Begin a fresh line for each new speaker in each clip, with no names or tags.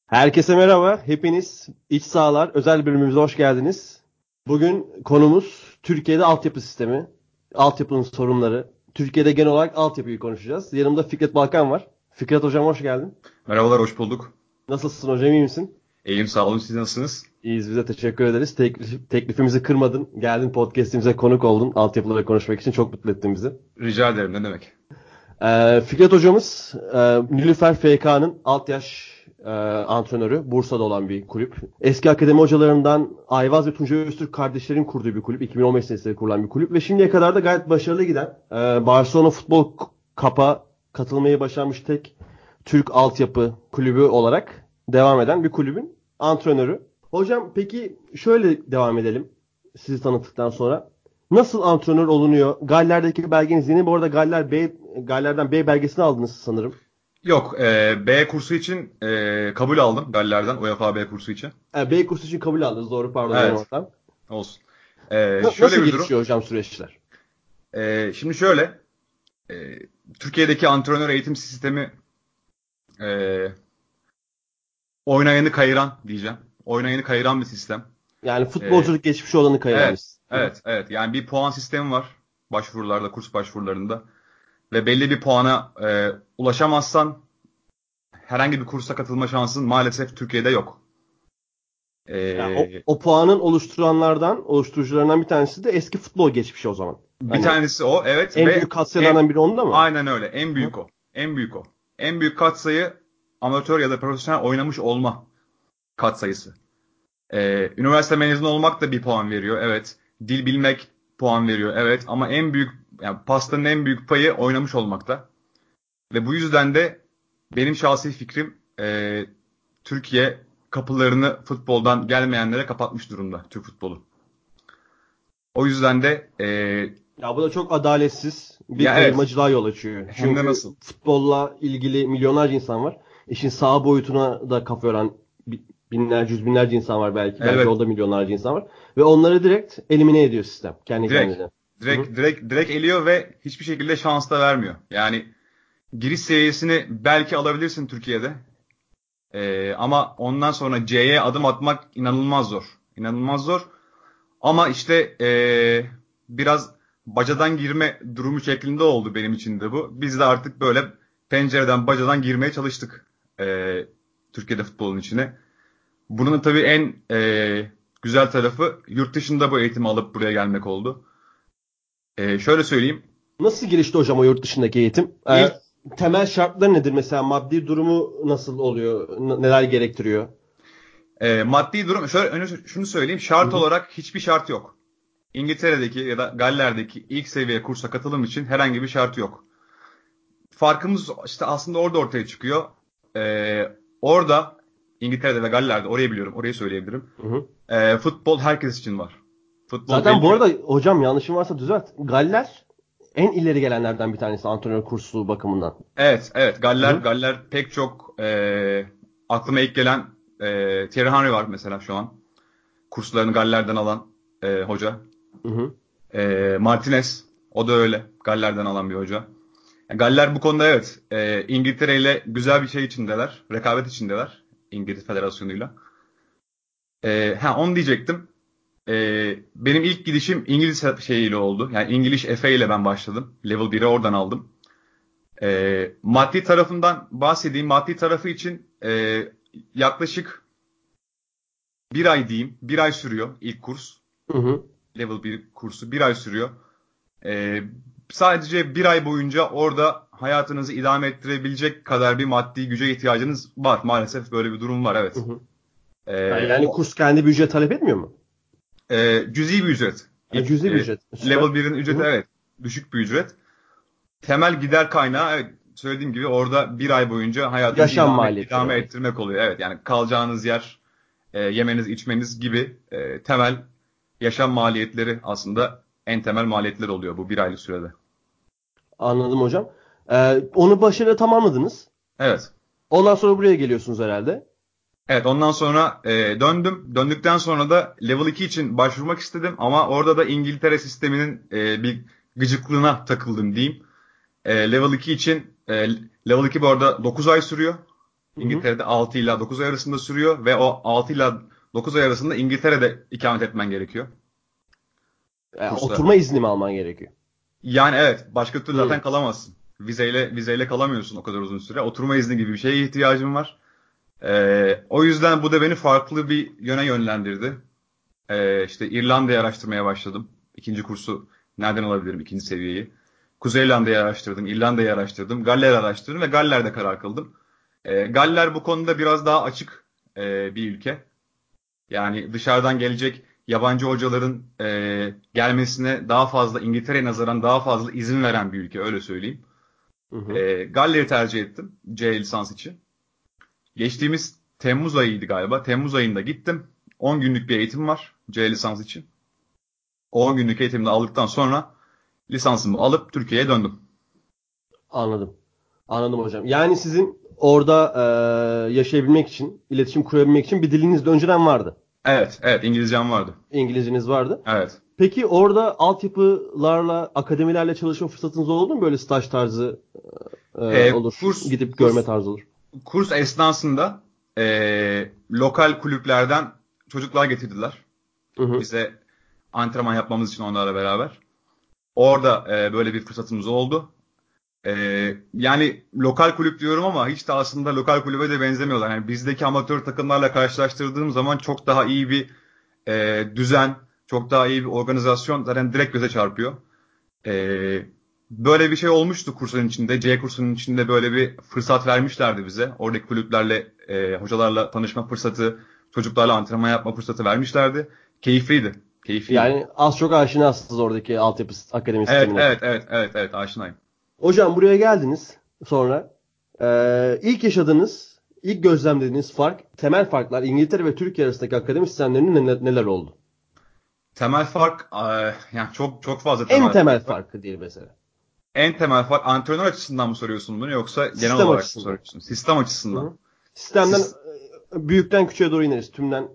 Herkese merhaba. Hepiniz İç Sahalar özel bölümümüze hoş geldiniz. Bugün konumuz Türkiye'de altyapı sistemi, altyapının sorunları. Türkiye'de genel olarak altyapıyı konuşacağız. Yanımda Fikret Balkan var. Fikret hocam hoş geldin.
Merhabalar, hoş bulduk.
Nasılsın hocam, iyi misin?
İyiyim, sağ olun. Siz nasılsınız?
İyiyiz, bize teşekkür ederiz. Teklifimizi kırmadın. Geldin, podcast'imize konuk oldun. Altyapıları konuşmak için çok mutlu ettin bizi.
Rica ederim, ne demek?
Fikret hocamız Nilüfer FK'nın alt yaş antrenörü. Bursa'da olan bir kulüp. Eski akademi hocalarından Ayvaz ve Tuncay Öztürk kardeşlerin kurduğu bir kulüp. 2015 senesinde kurulan bir kulüp. Ve şimdiye kadar da gayet başarılı giden Barcelona Futbol Cup'a katılmayı başarmış tek Türk altyapı kulübü olarak devam eden bir kulübün antrenörü. Hocam peki şöyle devam edelim sizi tanıttıktan sonra. Nasıl antrenör olunuyor? Galler'deki belgeniz yeni. Bu arada Galler'den B belgesini aldınız sanırım.
Yok, B kursu için kabul aldım Galler'den, UEFA B kursu için.
B kursu için kabul aldınız. Doğru, pardon,
Evet,
yanılmadan.
olsun.
Nasıl
Şöyle bir durum.
gelişiyor hocam süreçler?
Şimdi şöyle, e, Türkiye'deki antrenör eğitim sistemi e, oynayanı kayıran diyeceğim. Oynayanı kayıran bir sistem.
Yani
E,
futbolculuk geçmişi olanı
evet,
kayırmış.
evet. Yani bir puan sistemi var başvurularda, kurs başvurularında. Ve belli bir puana ulaşamazsan herhangi bir kursa katılma şansın maalesef Türkiye'de yok.
Yani o,
Ee,
o puanın oluşturucularından bir tanesi de eski futbol geçmişi o zaman.
Bir
Hani
tanesi o, evet,
en
ve
büyük katsayılardan biri onda mı?
aynen öyle. En
Hı.
büyük o. En büyük o. En büyük katsayı amatör ya da profesyonel oynamış olma katsayısı. Üniversite mezunu olmak da bir puan veriyor, evet. Dil bilmek puan veriyor, evet. Ama en büyük, yani pastanın en büyük payı oynamış olmakta. Ve bu yüzden de benim şahsi fikrim, Türkiye kapılarını futboldan gelmeyenlere kapatmış durumda, Türk futbolu. O yüzden de
Ya bu da çok adaletsiz bir
ya evet,
kayırmacılığa yol açıyor.
hem de
Çünkü
nasıl?
futbolla ilgili milyonlarca insan var. İşin sağ boyutuna da kafa yoran binlerce, yüz binlerce insan var belki. Belki
Evet,
orada milyonlarca insan var. Ve onları direkt elimine ediyor sistem. Kendi
direkt
kendine. Hı hı.
direkt eliyor ve hiçbir şekilde şans da vermiyor. Yani giriş seviyesini belki alabilirsin Türkiye'de. Ama ondan sonra C'ye adım atmak inanılmaz zor. İnanılmaz zor. Ama işte biraz bacadan girme durumu şeklinde oldu benim için de bu. Biz de artık böyle pencereden bacadan girmeye çalıştık Türkiye'de futbolun içine. Bunun tabii en güzel tarafı yurt dışında bu eğitimi alıp buraya gelmek oldu. Şöyle söyleyeyim.
Nasıl gelişti hocam o yurt dışındaki eğitim?
İlk
Temel şartları nedir? Mesela maddi durumu nasıl oluyor? Neler gerektiriyor?
maddi durum, şöyle önce şunu söyleyeyim.
Hı
Şart
hı.
olarak hiçbir şart yok. İngiltere'deki ya da Galler'deki ilk seviye kursa katılım için herhangi bir şart yok. Farkımız işte aslında orada ortaya çıkıyor. Orada İngiltere'de ve Galler'de, orayı biliyorum, orayı söyleyebilirim.
Hı hı.
Futbol herkes için var. Futbol
Zaten
belli
bu
bir...
arada hocam, yanlışım varsa düzelt. Galler en ileri gelenlerden bir tanesi antrenör kursu bakımından.
Evet,
Hı hı.
Galler pek çok aklıma ilk gelen Thierry Henry var mesela şu an. Kurslarını Galler'den alan hoca.
Hı hı.
Martinez, o da öyle. Galler'den alan bir hoca. Galler bu konuda, evet, İngiltere ile güzel bir şey içindeler. Rekabet içindeler. İngiliz Federasyonu'yla. Onu diyecektim. Benim ilk gidişim İngiliz şeyiyle oldu. Yani İngiliz FA ile ben başladım. Level 1'i oradan aldım. Maddi tarafından bahsedeyim. Maddi tarafı için yaklaşık bir ay diyeyim. Bir ay sürüyor ilk kurs.
Hı hı.
Level 1 kursu bir ay sürüyor. Ee, Sadece bir ay boyunca orada hayatınızı idame ettirebilecek kadar bir maddi güce ihtiyacınız var. Maalesef böyle bir durum var,
Hı
evet.
hı.
Ee,
Yani
o
kurs kendi bir ücret talep etmiyor mu?
Cüzi bir ücret. İlk
Cüzi bir ücret. Süper.
level 1'in
Hı
ücreti,
hı.
evet, düşük bir ücret. Temel gider kaynağı, evet, söylediğim gibi orada bir ay boyunca hayatınızı
Yaşam maliyetleri
idame
var.
ettirmek oluyor. Evet, yani kalacağınız yer, yemeniz, içmeniz gibi temel yaşam maliyetleri aslında en temel maliyetler oluyor bu bir aylık sürede.
Anladım hocam. Onu başarıyla tamamladınız.
Evet.
Ondan sonra buraya geliyorsunuz herhalde.
Evet, ondan sonra döndüm. Döndükten sonra da Level 2 için başvurmak istedim ama orada da İngiltere sisteminin bir gıcıklığına takıldım diyeyim. Level 2 için Level 2 bu arada 9 ay sürüyor. İngiltere'de 6 ila 9 ay arasında sürüyor ve o 6 ila 9 ay arasında İngiltere'de ikamet etmen gerekiyor. Kursta.
Oturma izni mi alman gerekiyor?
Yani evet, başka türlü zaten
Hı.
kalamazsın. Vizeyle kalamıyorsun o kadar uzun süre. Oturma izni gibi bir şeye ihtiyacım var. O yüzden bu da beni farklı bir yöne yönlendirdi. İşte İrlanda'yı araştırmaya başladım. İkinci kursu nereden alabilirim, ikinci seviyeyi. Kuzey İrlanda'yı araştırdım, İrlanda'yı araştırdım, Galler'i araştırdım ve Galler'de karar kıldım. Galler bu konuda biraz daha açık bir ülke. Yani dışarıdan gelecek yabancı hocaların gelmesine daha fazla, İngiltere'ye nazaran daha fazla izin veren bir ülke, öyle söyleyeyim.
Hı hı.
Galler'i tercih ettim C lisans için. Geçtiğimiz Temmuz ayıydı galiba. Temmuz ayında gittim. 10 günlük bir eğitim var C lisans için. O 10 günlük eğitimini aldıktan sonra lisansımı alıp Türkiye'ye döndüm.
Anladım. Anladım hocam. Yani sizin orada yaşayabilmek için, iletişim kurabilmek için bir diliniz de önceden vardı.
Evet, evet, İngilizcem vardı.
İngilizceniz vardı.
Evet.
Peki orada altyapılarla, akademilerle çalışma fırsatınız oldu mu? Böyle staj tarzı olur.
Kurs
Gidip görme
kurs
tarzı olur.
kurs esnasında lokal kulüplerden çocuklar getirdiler.
Hı hı.
Bize antrenman yapmamız için onlarla beraber. Orada böyle bir fırsatımız oldu. Yani lokal kulüp diyorum ama hiç de aslında lokal kulübe de benzemiyorlar. Yani bizdeki amatör takımlarla karşılaştırdığım zaman çok daha iyi bir düzen, çok daha iyi bir organizasyon zaten direkt göze çarpıyor. E, Böyle bir şey olmuştu kursun içinde. C kursunun içinde böyle bir fırsat vermişlerdi bize. Oradaki kulüplerle, hocalarla tanışma fırsatı, çocuklarla antrenman yapma fırsatı vermişlerdi. Keyifliydi. Keyifliydi.
Yani az çok aşinasınız oradaki altyapı akademi
Evet,
sistemine.
evet, evet, evet, evet, aşinayım.
Hocam buraya geldiniz sonra. İlk yaşadığınız, ilk gözlemlediğiniz temel farklar İngiltere ve Türkiye arasındaki akademi sistemlerinin neler oldu?
Temel fark, yani çok çok fazla
En
temel
temel
fark var.
farkı değil mesela.
En temel fark antrenör açısından mı soruyorsun bunu yoksa genel
Sistem
olarak mı
açısından.
soruyorsun? Sistem
Hı
açısından.
hı. Sistemden
Sis-
büyükten küçüğe doğru ineriz. Tümden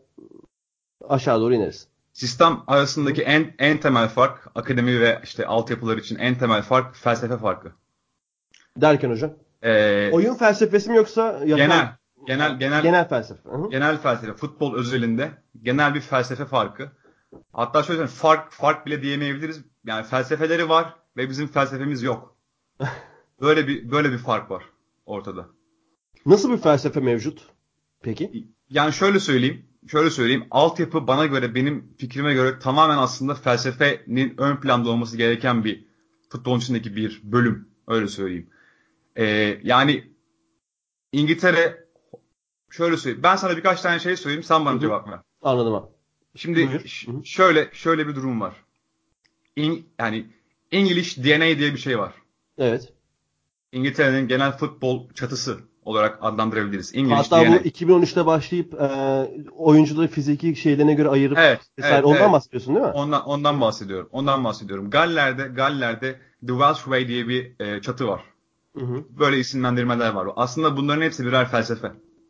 aşağı doğru ineriz.
Sistem
Hı hı.
arasındaki en temel fark, akademi ve işte altyapılar için en temel fark felsefe farkı.
Derken hocam.
Ee,
Oyun felsefesi mi yoksa yaşam
genel genel genel
genel felsefe? Hı hı.
genel felsefe, futbol özelinde genel bir felsefe farkı. Hatta şöyle söyleyeyim, fark bile diyemeyebiliriz. Yani felsefeleri var ve bizim felsefemiz yok. Böyle bir fark var ortada.
Nasıl bir felsefe mevcut? Peki.
Yani şöyle söyleyeyim. Altyapı bana göre, benim fikrime göre tamamen aslında felsefenin ön planda olması gereken bir futbolun içindeki bir bölüm. Öyle söyleyeyim. Yani İngiltere, şöyle söyleyeyim. Ben sana birkaç tane şey söyleyeyim, sen
Hı
bana
hı.
cevap ver.
Anladım abi.
Şimdi
Buyur. Hı hı.
şöyle bir durum var. Yani English DNA diye bir şey var.
Evet.
İngiltere'nin genel futbol çatısı olarak adlandırabiliriz. English
Hatta bu
DNA.
2013'te başlayıp oyuncuları fiziki şeylerine göre ayırıp
Evet,
vesaire
evet,
ondan
evet.
bahsediyorsun değil mi?
Ondan
Hı
bahsediyorum. Ondan bahsediyorum. Galler'de The Welsh Way diye bir çatı var.
hı.
Böyle isimlendirmeler var. Aslında bunların hepsi birer felsefe.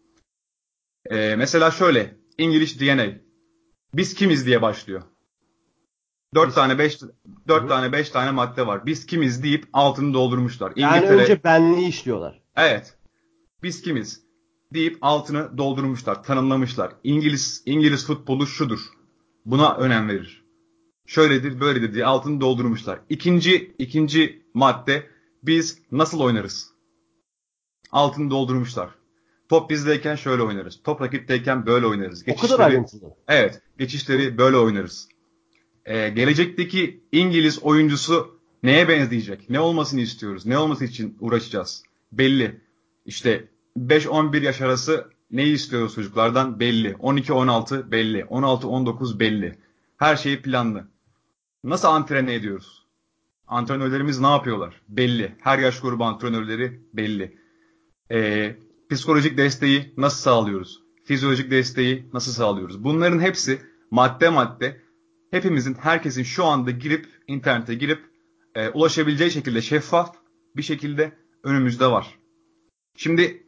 Mesela şöyle, English DNA. Biz kimiz diye başlıyor. Dört
Biz
tane beş
hı
dört
hı.
tane 5 tane madde var. Biz kimiz deyip altını doldurmuşlar.
Yani
İngiltere,
önce benliği işliyorlar.
evet. Biz kimiz deyip altını doldurmuşlar, tanımlamışlar. İngiliz futbolu şudur. Buna önem verir. Şöyledir, böyledir diye altını doldurmuşlar. İkinci madde, biz nasıl oynarız? Altını doldurmuşlar. Top bizdeyken şöyle oynarız. Top rakipteyken böyle oynarız.
O kadar
Geçişleri,
ayrıntılı.
evet,
Hı
geçişleri böyle oynarız. Gelecekteki İngiliz oyuncusu neye benzeyecek? Ne olmasını istiyoruz? Ne olması için uğraşacağız? Belli. İşte 5-11 yaş arası neyi istiyoruz çocuklardan? Belli. 12-16 belli. 16-19 belli. Her şey planlı. Nasıl antrene ediyoruz? Antrenörlerimiz ne yapıyorlar? Belli. Her yaş grubu antrenörleri belli. Ee, Psikolojik desteği nasıl sağlıyoruz? Fizyolojik desteği nasıl sağlıyoruz? Bunların hepsi madde madde hepimizin, herkesin şu anda internete girip ulaşabileceği şekilde şeffaf bir şekilde önümüzde var. Şimdi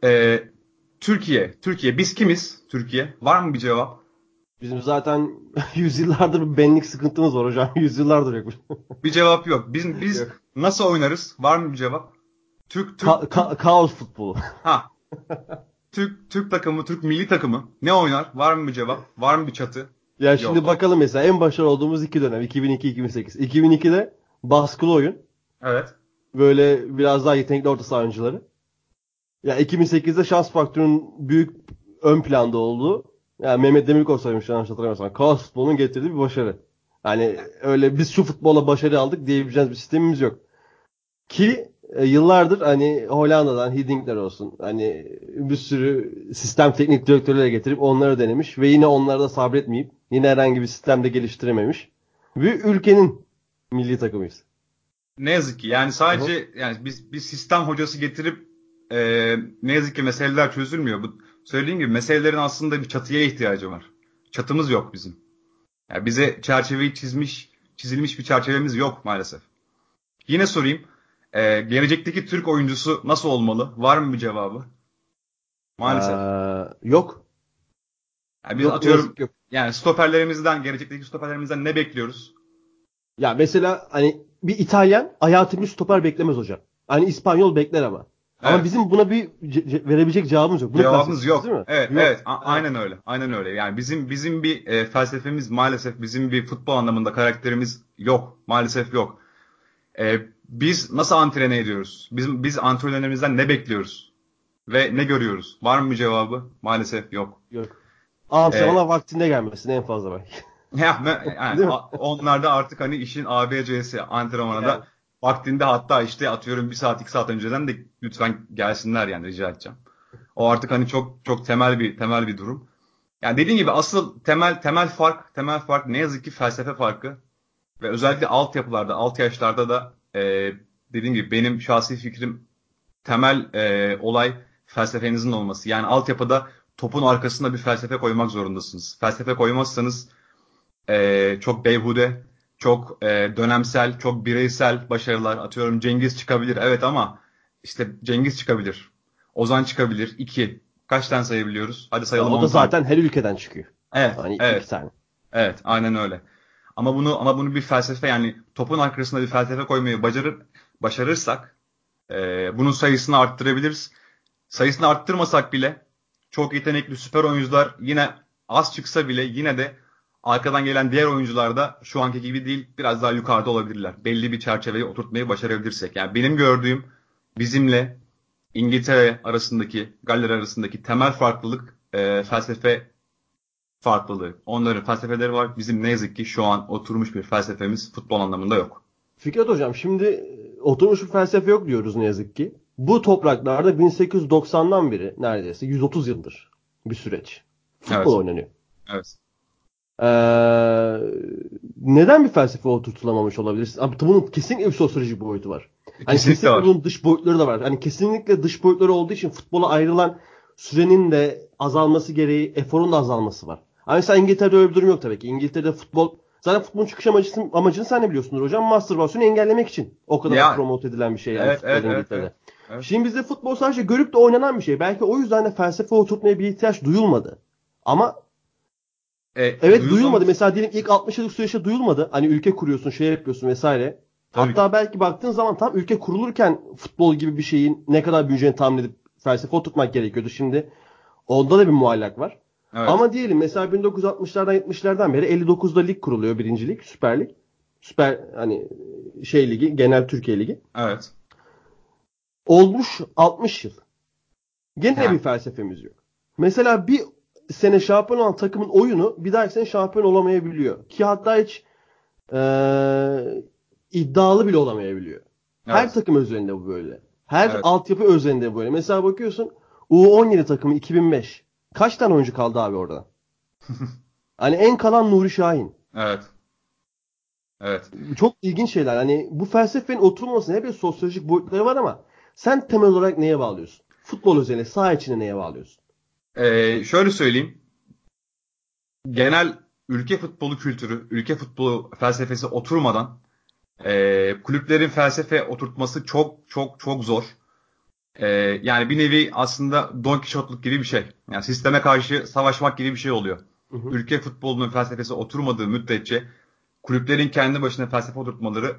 Türkiye biz kimiz? Türkiye var mı bir cevap?
Bizim zaten yüzyıllardır bir benlik sıkıntımız var hocam. Yüzyıllardır yok.
Bir cevap yok. Biz
Yok.
nasıl oynarız? Var mı bir cevap? Türk Türk Türk
Kaos futbolu.
ha Türk takımı, Türk milli takımı ne oynar? Var mı bir cevap? Var mı bir çatı?
Ya şimdi
Yok.
bakalım mesela en başarılı olduğumuz iki dönem 2002-2008. 2002'de baskılı oyun.
Evet.
Böyle biraz daha yetenekli orta saha oyuncuları. Ya 2008'de şans faktörünün büyük ön planda olduğu. Yani Mehmet Demirkol saymış yanlış hatırlamıyorsam. Kaos futbolunun getirdiği bir başarı. Yani öyle biz şu futbola başarı aldık diyebileceğimiz bir sistemimiz yok. Ki yıllardır hani Hollanda'dan Hiddink olsun hani bir sürü sistem teknik direktörleri getirip onları denemiş ve yine onlara da sabretmeyip yine herhangi bir sistemde geliştirememiş. Bir ülkenin milli takımıyız.
Ne yazık ki yani
Aha.
sadece yani biz bir sistem hocası getirip ne yazık ki meseleler çözülmüyor. Bu söylediğim gibi meselelerin aslında bir çatıya ihtiyacı var. Çatımız yok bizim. Yani bize çerçeveyi çizilmiş bir çerçevemiz yok maalesef. Yine sorayım. Gelecekteki Türk oyuncusu nasıl olmalı? Var mı bir cevabı? Maalesef.
Yok.
Yani biz
Yok ne yazık
atıyorum
ki yok.
yani gelecekteki stoperlerimizden ne bekliyoruz?
Ya mesela hani bir İtalyan hayatı bir stoper beklemez hocam. Hani İspanyol bekler ama. Ama
Evet.
bizim buna bir verebilecek cevabımız yok. Bunu
Cevabımız
kastediyorsunuz değil
yok.
mi?
Evet,
Yok.
evet.
Evet.
Aynen öyle. Aynen öyle. Yani bizim bir felsefemiz maalesef bizim bir futbol anlamında karakterimiz yok. Maalesef yok. Biz nasıl antrene ediyoruz? Biz antrenörlerimizden ne bekliyoruz? Ve ne görüyoruz? Var mı bir cevabı? Maalesef yok.
Yok.
E,
Antrenmana vaktinde gelmesin en fazla belki.
yani
Değil mi?
onlar da artık hani işin ABC'si antrenmana
Yani.
da vaktinde hatta işte atıyorum bir saat iki saat önceden de lütfen gelsinler yani rica edeceğim. O artık hani çok çok temel bir durum. Yani dediğim gibi asıl temel fark ne yazık ki felsefe farkı ve özellikle altyapılarda, alt yaşlarda da dediğim gibi benim şahsi fikrim temel olay felsefenizin olması. Yani altyapıda topun arkasında bir felsefe koymak zorundasınız. Felsefe koymazsanız çok beyhude, çok dönemsel, çok bireysel başarılar. Atıyorum Cengiz çıkabilir. Evet ama işte Cengiz çıkabilir. Ozan çıkabilir. İki. Kaç tane sayabiliyoruz? Hadi
Ya
sayalım
o da
10 tane.
zaten her ülkeden çıkıyor.
Evet,
Hani iki
evet,
tane.
evet. Aynen öyle. Ama bunu bir felsefe yani topun arkasında bir felsefe koymayı başarırsak bunun sayısını arttırabiliriz. Sayısını arttırmasak bile çok yetenekli süper oyuncular yine az çıksa bile yine de arkadan gelen diğer oyuncular da şu anki gibi değil biraz daha yukarıda olabilirler. Belli bir çerçeveyi oturtmayı başarabilirsek. Yani benim gördüğüm bizimle İngiltere arasındaki, Galler arasındaki temel farklılık felsefe farklılığı. Onların felsefeleri var. Bizim ne yazık ki şu an oturmuş bir felsefemiz futbol anlamında yok.
Fikret hocam şimdi oturmuş bir felsefe yok diyoruz ne yazık ki. Bu topraklarda 1890'dan beri neredeyse 130 yıldır bir süreç. Futbol
Evet.
oynanıyor.
Evet.
Ee, neden bir felsefe oturtulamamış olabilir? Ama bunun kesinlikle bir sosyolojik boyutu var. Hani
Kesinlikle
kesinlikle
var.
bunun dış boyutları da var. Hani kesinlikle dış boyutları olduğu için futbola ayrılan sürenin de azalması gereği eforun da azalması var. Ama mesela İngiltere'de öyle bir durum yok tabii ki. İngiltere'de futbol zaten futbolun çıkış amacını sen de biliyorsundur hocam. Mastürbasyonu engellemek için o kadar
Ya
promote edilen bir şey yani
evet
futbol
evet evet evet.
İngiltere'de.
Evet.
Şimdi bizde futbol sadece görüp de oynanan bir şey. Belki o yüzden de felsefe oturtmaya bir ihtiyaç duyulmadı. Ama evet duyulmadı.
Duyulmamış
Mesela diyelim ilk 60 yıllık süreçte duyulmadı. Hani ülke kuruyorsun, şey yapıyorsun vesaire.
tabii ki.
Hatta belki baktığın zaman tam ülke kurulurken futbol gibi bir şeyin ne kadar büyüyeceğini tahmin edip felsefe oturtmak gerekiyordu. Şimdi onda da bir muallak var.
Evet.
Ama diyelim mesela 1960'lardan 70'lerden beri 59'da lig kuruluyor, birinci lig, Süper Lig. Süper hani şey ligi, genel Türkiye Ligi.
Evet.
Olmuş 60 yıl. Gene bir
Yani,
felsefemiz yok. Mesela bir sene şampiyon olan takımın oyunu bir dahaki sene şampiyon olamayabiliyor. Ki hatta hiç iddialı bile olamayabiliyor. Her
evet.
takım özelinde bu böyle. Her
Evet.
altyapı özelinde bu böyle. Mesela bakıyorsun U17 takımı 2005. Kaç tane oyuncu kaldı abi orada? Hani en kalan Nuri Şahin.
Evet. Evet.
Çok ilginç şeyler. Hani bu felsefenin oturmasının hep bir sosyolojik boyutları var ama sen temel olarak neye bağlıyorsun? Futbol özelinde saha içinde neye bağlıyorsun?
Şöyle söyleyeyim. Genel ülke futbolu kültürü, ülke futbolu felsefesi oturmadan kulüplerin felsefe oturtması çok çok çok zor. Ee, yani bir nevi aslında Don Kişotluk gibi bir şey. Yani sisteme karşı savaşmak gibi bir şey oluyor.
Hı hı.
Ülke futbolunun felsefesi oturmadığı müddetçe kulüplerin kendi başına felsefe oturtmaları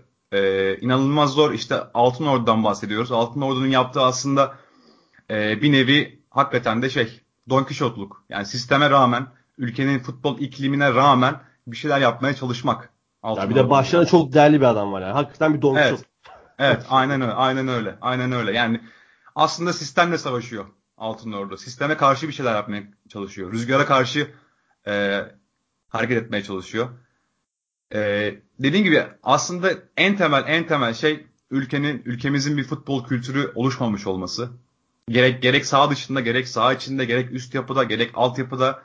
inanılmaz zor. İşte Altınordu'dan bahsediyoruz. Altınordu'nun yaptığı aslında bir nevi hakikaten de Don Kişotluk. Yani sisteme rağmen, ülkenin futbol iklimine rağmen bir şeyler yapmaya çalışmak.
Ya bir de başlarında çok değerli bir adam var yani. Hakikaten bir Don Quixote.
Evet, aynen öyle. Yani aslında sistemle savaşıyor Altınordu. Sisteme karşı bir şeyler yapmaya çalışıyor. Rüzgara karşı hareket etmeye çalışıyor. Dediğim gibi aslında en temel şey ülkemizin bir futbol kültürü oluşmamış olması. Gerek saha dışında, gerek saha içinde, gerek üst yapıda, gerek altyapıda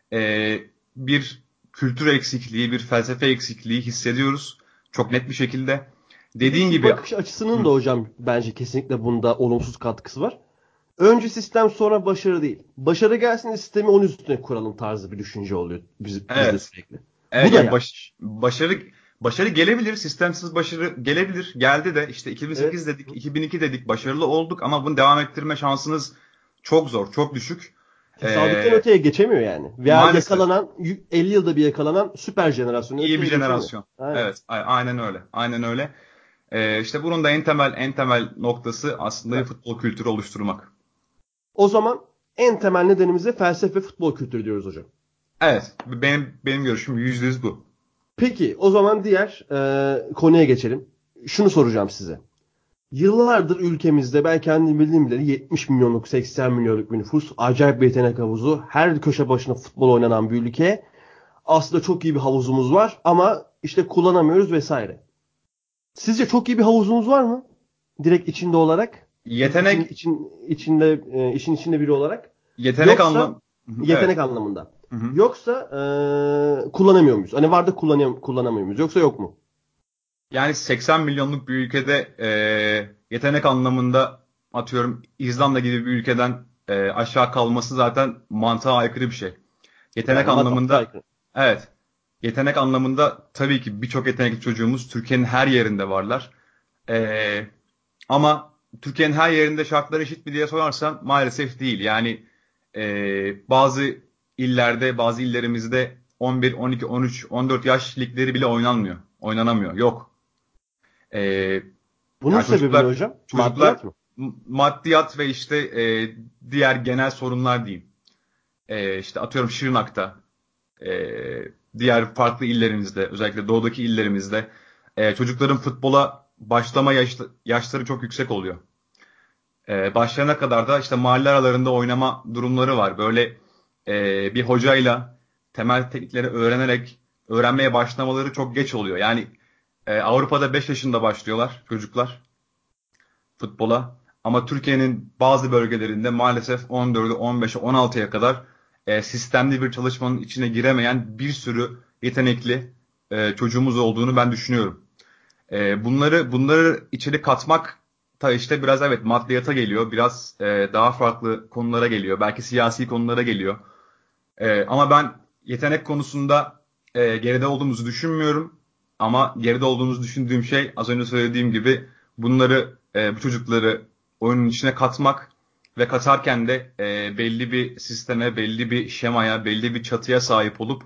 bir kültür eksikliği, bir felsefe eksikliği hissediyoruz. Çok net bir şekilde.
Bir de
Dediğin
şu
gibi.
bakış açısının da hocam bence kesinlikle bunda olumsuz katkısı var. Önce sistem sonra başarı değil. Başarı gelsin de sistemi onun üstüne kuralım tarzı bir düşünce oluyor bizde
Evet.
sürekli.
Evet,
Bu da
yani
yanlış.
başarı gelebilir, sistemsiz başarı gelebilir. Geldi de işte 2008
Evet.
dedik, 2002 dedik, başarılı olduk ama bunu devam ettirme şansınız çok zor, çok düşük.
Tesadüften öteye geçemiyor yani. Veya
Maalesef
50 yılda bir yakalanan süper jenerasyonu
iyi bir
öteye geçemiyor.
jenerasyon.
Aynen.
Evet, aynen öyle. Aynen öyle. İşte bunun da en temel noktası aslında bir
Güzel.
futbol kültürü oluşturmak.
O zaman en temel nedenimize felsefe futbol kültürü diyoruz hocam.
Evet, benim görüşüm %100 bu.
Peki o zaman diğer konuya geçelim. Şunu soracağım size. Yıllardır ülkemizde ben kendim bildiğim bileli 70 milyonluk 80 milyonluk bir nüfus, acayip bir yetenek havuzu, her köşe başına futbol oynanan bir ülke. Aslında çok iyi bir havuzumuz var ama işte kullanamıyoruz vesaire. Sizce çok iyi bir havuzunuz var mı? Direkt içinde olarak,
Yetenek
işin içinde biri olarak.
yetenek
Yoksa
anlam
yetenek
evet.
anlamında.
Hı hı.
Yoksa kullanamıyor muyuz? Hani var da kullanamıyor muyuz? Yoksa yok mu?
Yani 80 milyonluk bir ülkede yetenek anlamında atıyorum İzlanda gibi bir ülkeden aşağı kalması zaten mantığa aykırı bir şey. Yetenek
Yani matematik
anlamında
aykırı.
evet. Yetenek anlamında tabii ki birçok yetenekli çocuğumuz Türkiye'nin her yerinde varlar. E, Ama Türkiye'nin her yerinde şartlar eşit mi diye sorarsan maalesef değil. Yani bazı illerde, bazı illerimizde 11, 12, 13, 14 yaş ligleri bile oynanamıyor. Yok. Ee,
Bunun
Yani
sebebi ne hocam?
çocuklar
Maddiyat mı?
maddiyat ve işte diğer genel sorunlar diyeyim. İşte atıyorum Şırnak'ta, e, diğer farklı illerimizde, özellikle doğudaki illerimizde çocukların futbola başlama yaşları çok yüksek oluyor. Başlayana kadar da işte mahalle aralarında oynama durumları var. Böyle bir hocayla temel teknikleri öğrenmeye başlamaları çok geç oluyor. Yani Avrupa'da 5 yaşında başlıyorlar çocuklar futbola. Ama Türkiye'nin bazı bölgelerinde maalesef 14'e, 15'e, 16'ya kadar sistemli bir çalışmanın içine giremeyen bir sürü yetenekli çocuğumuz olduğunu ben düşünüyorum. Bunları içeri katmak da işte biraz evet maddiyata geliyor. Biraz daha farklı konulara geliyor. Belki siyasi konulara geliyor. Ama ben yetenek konusunda geride olduğumuzu düşünmüyorum. Ama geride olduğumuzu düşündüğüm şey az önce söylediğim gibi bu çocukları oyunun içine katmak ve katarken de belli bir sisteme, belli bir şemaya, belli bir çatıya sahip olup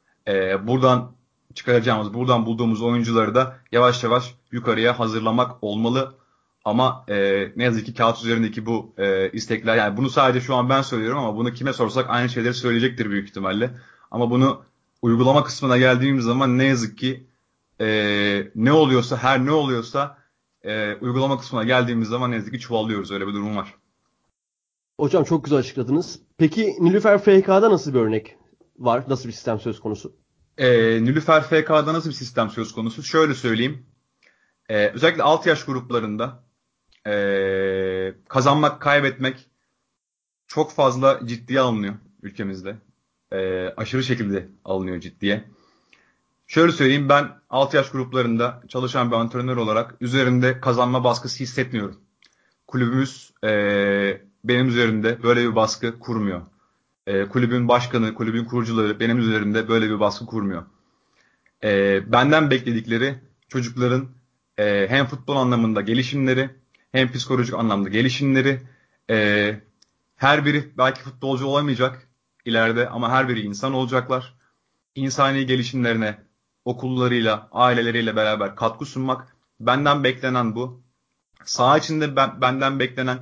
buradan bulduğumuz oyuncuları da yavaş yavaş yukarıya hazırlamak olmalı. Ama ne yazık ki kağıt üzerindeki bu istekler, yani bunu sadece şu an ben söylüyorum ama bunu kime sorsak aynı şeyleri söyleyecektir büyük ihtimalle. Ama bunu uygulama kısmına geldiğimiz zaman ne yazık ki her ne oluyorsa uygulama kısmına geldiğimiz zaman ne yazık ki çuvallıyoruz. Öyle bir durum var.
Hocam çok güzel açıkladınız. Peki Nilüfer FK'da nasıl bir örnek var? Nasıl bir sistem söz konusu?
Nilüfer FK'da nasıl bir sistem söz konusu? Şöyle söyleyeyim. Özellikle alt yaş gruplarında kazanmak, kaybetmek çok fazla ciddiye alınıyor ülkemizde. Aşırı şekilde alınıyor ciddiye. Şöyle söyleyeyim, ben alt yaş gruplarında çalışan bir antrenör olarak üzerimde kazanma baskısı hissetmiyorum. Kulübümüz benim üzerimde böyle bir baskı kurmuyor. Kulübün başkanı, kulübün kurucuları benim üzerimde böyle bir baskı kurmuyor. Benden bekledikleri çocukların hem futbol anlamında gelişimleri hem psikolojik anlamda gelişimleri. E, Her biri belki futbolcu olamayacak ileride ama her biri insan olacaklar. İnsani gelişimlerine okullarıyla, aileleriyle beraber katkı sunmak. Benden beklenen bu. Saha içinde benden beklenen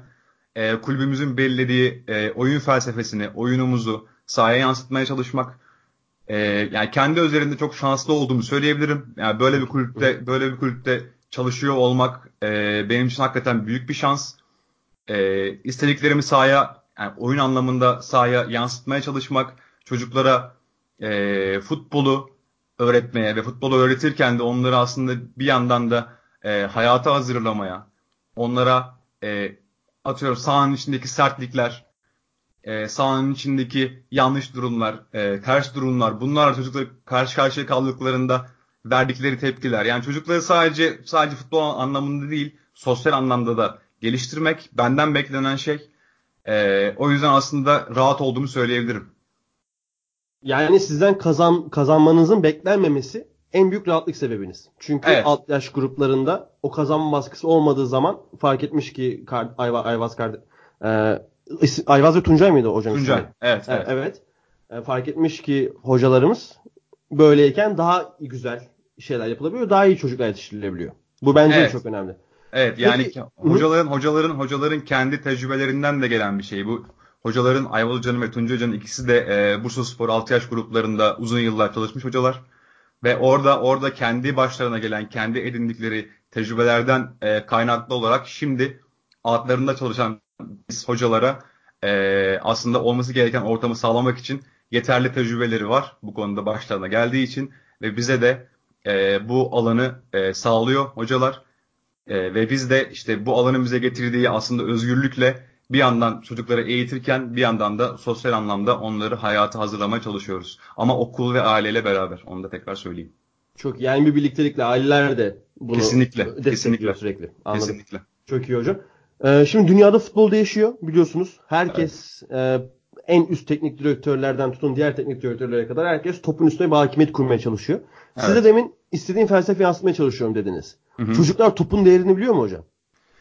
kulübümüzün belirlediği oyun felsefesini, oyunumuzu sahaya yansıtmaya çalışmak. Yani kendi üzerinde çok şanslı olduğumu söyleyebilirim. Yani böyle bir kulüpte çalışıyor olmak benim için hakikaten büyük bir şans. İstediklerimi sahaya, yani oyun anlamında sahaya yansıtmaya çalışmak, çocuklara futbolu öğretmeye ve futbolu öğretirken de onları aslında bir yandan da hayata hazırlamaya, onlara atıyorum sahanın içindeki sertlikler, sahanın içindeki yanlış durumlar, ters durumlar, bunlarla çocuklar karşı karşıya kaldıklarında verdikleri tepkiler. Yani çocukları sadece futbol anlamında değil, sosyal anlamda da geliştirmek benden beklenen şey. O yüzden aslında rahat olduğumu söyleyebilirim.
Yani sizden kazanmanızın beklenmemesi en büyük rahatlık sebebiniz. Çünkü
Evet,
alt yaş gruplarında o kazanma baskısı olmadığı zaman fark etmiş ki Ayvaz ve Tuncay mıydı hocam
Tuncay.
isimleri?
Evet, evet.
Evet. Fark etmiş ki hocalarımız böyleyken daha güzel şeyler yapılabiliyor. Daha iyi çocuklar yetiştirilebiliyor. Bu bence de
Evet.
çok önemli.
Evet, yani
Peki. Hı.
hocaların kendi tecrübelerinden de gelen bir şey. Bu hocaların Ayvalı Hoca'nın ve Tuncay Hoca'nın ikisi de Bursaspor 6 yaş gruplarında uzun yıllar çalışmış hocalar ve orada kendi başlarına gelen, kendi edindikleri tecrübelerden kaynaklı olarak şimdi altlarında çalışan biz hocalara aslında olması gereken ortamı sağlamak için yeterli tecrübeleri var bu konuda başlarına geldiği için ve bize de bu alanı sağlıyor hocalar. Ve biz de işte bu alanın bize getirdiği aslında özgürlükle bir yandan çocukları eğitirken bir yandan da sosyal anlamda onları hayata hazırlamaya çalışıyoruz. Ama okul ve aileyle beraber. Onu da tekrar söyleyeyim.
Çok yani bir birliktelikle aileler de bunu
Kesinlikle,
destekliyor
kesinlikle,
sürekli. Anladım.
kesinlikle.
Çok iyi hocam. Şimdi dünyada futbol değişiyor biliyorsunuz.
Evet,
Herkes en üst teknik direktörlerden tutun diğer teknik direktörlere kadar herkes topun üstüne bir hakimiyet kurmaya çalışıyor. Siz de
evet.
demin istediğim felsefeyi yansıtmaya çalışıyorum dediniz.
Hı hı.
Çocuklar topun değerini biliyor mu hocam?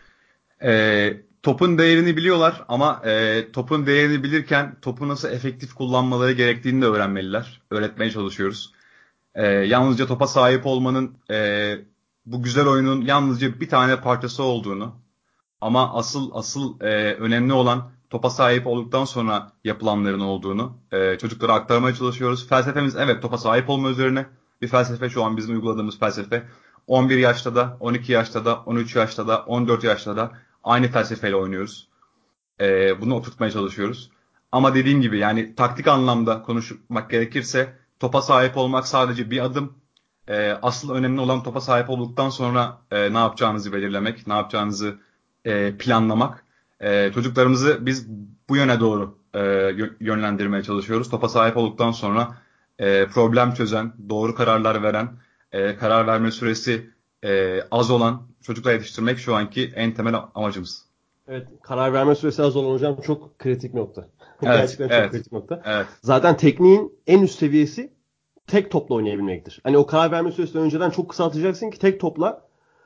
Topun değerini biliyorlar ama topun değerini bilirken topu nasıl efektif kullanmaları gerektiğini de öğrenmeliler. Öğretmeye çalışıyoruz. Yalnızca topa sahip olmanın bu güzel oyunun yalnızca bir tane parçası olduğunu ama asıl önemli olan topa sahip olduktan sonra yapılanların olduğunu çocuklara aktarmaya çalışıyoruz. Felsefemiz evet topa sahip olma üzerine bir felsefe şu an bizim uyguladığımız felsefe. 11 yaşta da, 12 yaşta da, 13 yaşta da, 14 yaşta da aynı felsefeyle oynuyoruz. Bunu oturtmaya çalışıyoruz. Ama dediğim gibi yani taktik anlamda konuşmak gerekirse topa sahip olmak sadece bir adım. Asıl önemli olan topa sahip olduktan sonra ne yapacağınızı belirlemek, ne yapacağınızı planlamak. Çocuklarımızı biz bu yöne doğru yönlendirmeye çalışıyoruz. Topa sahip olduktan sonra problem çözen, doğru kararlar veren, karar verme süresi az olan çocuklar yetiştirmek şu anki en temel amacımız.
Evet, karar verme süresi az olan hocam çok kritik nokta.
Evet,
Gerçekten çok
evet,
kritik nokta.
evet.
Zaten tekniğin en üst seviyesi tek topla oynayabilmektir. Hani o karar verme süresini önceden çok kısaltacaksın ki tek topla